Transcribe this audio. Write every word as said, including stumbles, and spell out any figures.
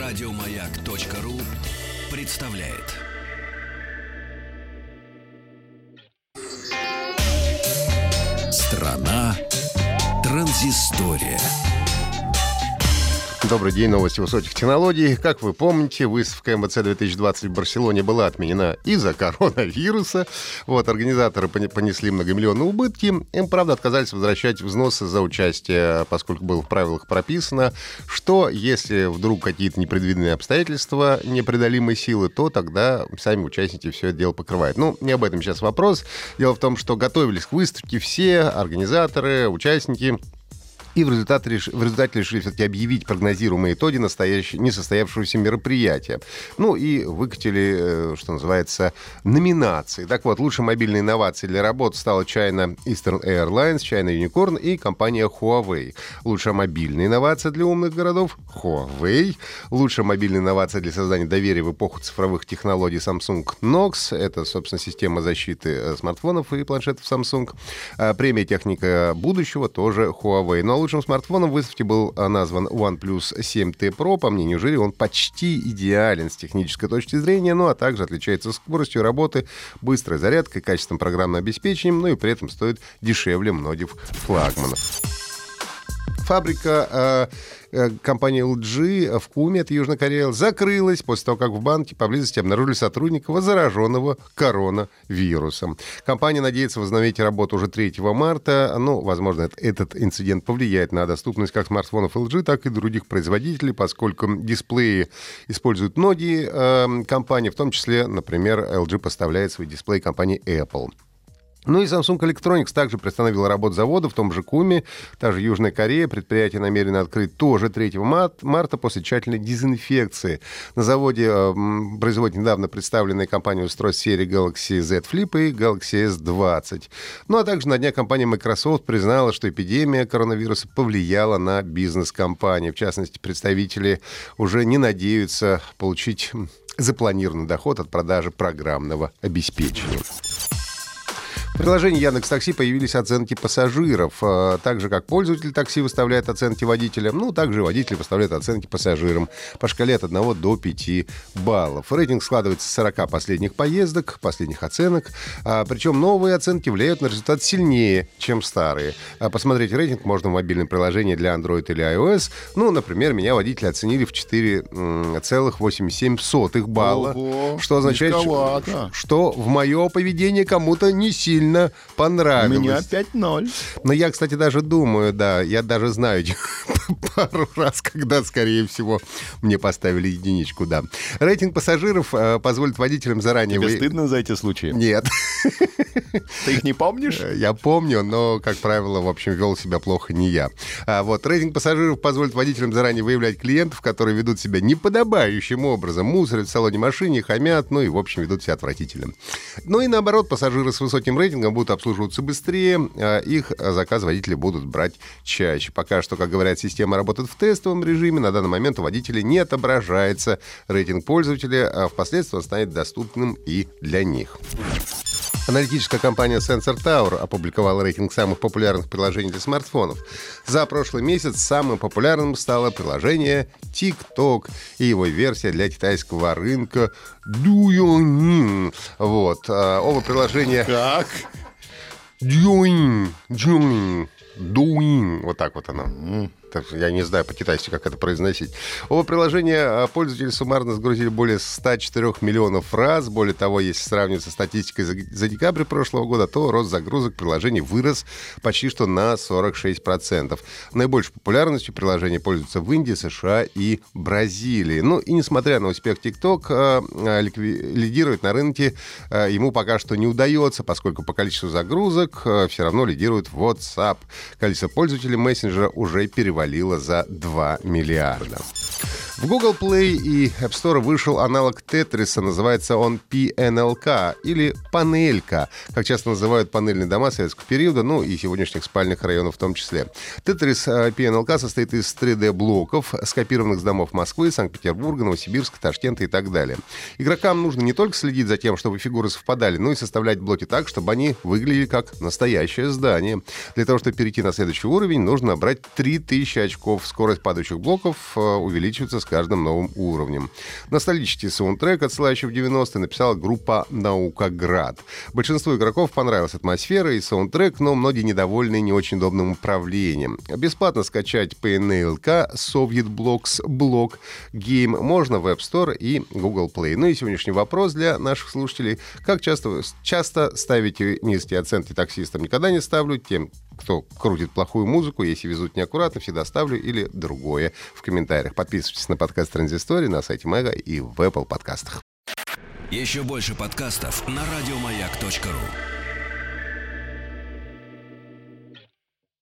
Радиомаяк.ру представляет. Страна транзистория. Добрый день, новости высоких технологий. Как вы помните, выставка эм вэ цэ две тысячи двадцать в Барселоне была отменена из-за коронавируса. Вот, организаторы понесли многомиллионные убытки. Им, правда, отказались возвращать взносы за участие, поскольку было в правилах прописано, что если вдруг какие-то непредвиденные обстоятельства, непреодолимые силы, то тогда сами участники все это дело покрывают. Ну, не об этом сейчас вопрос. Дело в том, что готовились к выставке все организаторы, участники. И в результате, реш... в результате решили все-таки объявить прогнозируемые итоги настоящего, несостоявшегося мероприятия. Ну и выкатили, что называется, номинации. Так вот, лучшей мобильной инновацией для работы стала China Eastern Airlines, China Unicorn и компания Huawei. Лучшая мобильная инновация для умных городов — Huawei. Лучшая мобильная инновация для создания доверия в эпоху цифровых технологий — Samsung Knox. Это, собственно, система защиты смартфонов и планшетов Samsung. Премия «Техника будущего» тоже Huawei. Но лучшим смартфоном в выставке был назван OnePlus семь тэ Pro. По мнению жюри, он почти идеален с технической точки зрения, ну а также отличается скоростью работы, быстрой зарядкой, качеством программного обеспечения, ну и при этом стоит дешевле многих флагманов. Фабрика э, компании эл джи в Куме, это Южная Корея, закрылась после того, как в банке поблизости обнаружили сотрудника, зараженного коронавирусом. Компания надеется возобновить работу уже третьего марта. Ну, возможно, этот инцидент повлияет на доступность как смартфонов эл джи, так и других производителей, поскольку дисплеи используют многие э, компании, в том числе, например, эл джи поставляет свои дисплеи компании Apple. Ну и Samsung Electronics также приостановила работу завода в том же Куме, та же Южная Корея. Предприятие намерено открыть тоже третьего марта после тщательной дезинфекции. На заводе э, производит недавно представленные компанией устройств серии Galaxy Z Flip и Galaxy эс двадцать. Ну а также на днях компания Microsoft признала, что эпидемия коронавируса повлияла на бизнес компании. В частности, представители уже не надеются получить запланированный доход от продажи программного обеспечения. В приложении Яндекс.Такси появились оценки пассажиров. Так же, как пользователь такси выставляет оценки водителям, ну, также водитель выставляет оценки пассажирам по шкале от одного до пяти баллов. Рейтинг складывается из сорока последних поездок, последних оценок. Причем новые оценки влияют на результат сильнее, чем старые. Посмотреть рейтинг можно в мобильном приложении для Android или iOS. Ну, например, меня водители оценили в четыре целых восемьдесят семь сотых балла. Ого, что означает, что, что в мое поведение кому-то не сильно понравилось. У меня пять ноль. Но я, кстати, даже думаю, да, я даже знаю пару раз, когда, скорее всего, мне поставили единичку, да. Рейтинг пассажиров э, позволит водителям заранее... Тебе вы... стыдно за эти случаи? Нет. Ты их не помнишь? Я помню, но, как правило, в общем, вел себя плохо не я. А вот рейтинг пассажиров позволит водителям заранее выявлять клиентов, которые ведут себя неподобающим образом, мусорят в салоне машины, хамят, ну и, в общем, ведут себя отвратительно. Ну и наоборот, пассажиры с высоким рейтингом будут обслуживаться быстрее, а их заказы водители будут брать чаще. Пока что, как говорят, система работает в тестовом режиме. На данный момент у водителей не отображается рейтинг пользователя, а впоследствии он станет доступным и для них. Аналитическая компания Sensor Tower опубликовала рейтинг самых популярных приложений для смартфонов. За прошлый месяц самым популярным стало приложение TikTok и его версия для китайского рынка Douyin. Вот. Оба приложения... Как? Douyin. Douyin. Douyin. Вот так вот оно. Mm. Я не знаю по-китайски, как это произносить. Оба приложения пользователи суммарно загрузили более ста четырёх миллионов раз. Более того, если сравнивать со статистикой за, за декабрь прошлого года, то рост загрузок приложений вырос почти что на сорок шесть процентов. Наибольшей популярностью приложения пользуются в Индии, США и Бразилии. Ну и несмотря на успех TikTok, э, ликви... лидирует на рынке э, ему пока что не удается, поскольку по количеству загрузок э, все равно лидирует WhatsApp. Количество пользователей мессенджера уже перевалило за два миллиарда. В Google Play и App Store вышел аналог Тетриса, называется он пи эн эл кей или панелька, как часто называют панельные дома советского периода, ну и сегодняшних спальных районов в том числе. Тетрис пи эн эл кей состоит из три дэ-блоков, скопированных с домов Москвы, Санкт-Петербурга, Новосибирска, Ташкента и так далее. Игрокам нужно не только следить за тем, чтобы фигуры совпадали, но и составлять блоки так, чтобы они выглядели как настоящее здание. Для того, чтобы перейти на следующий уровень, нужно набрать три тысячи очков. Скорость падающих блоков увеличивается с каждым новым уровнем. Ностальгический саундтрек, отсылающий в девяностые, написала группа «Наукоград». Большинству игроков понравилась атмосфера и саундтрек, но многие недовольны не очень удобным управлением. Бесплатно скачать пи эн эл ка, Soviet Blocks, Block Game можно в App Store и Google Play. Ну и сегодняшний вопрос для наших слушателей. Как часто вы часто ставите низкие оценки таксистам? Никогда не ставлю. Тем, кто крутит плохую музыку, если везут неаккуратно, всегда ставлю, или другое в комментариях. Подписывайтесь на подкаст «Транзистория» на сайте Мэга и в Apple подкастах. Еще больше подкастов на радиомаяк точка ру.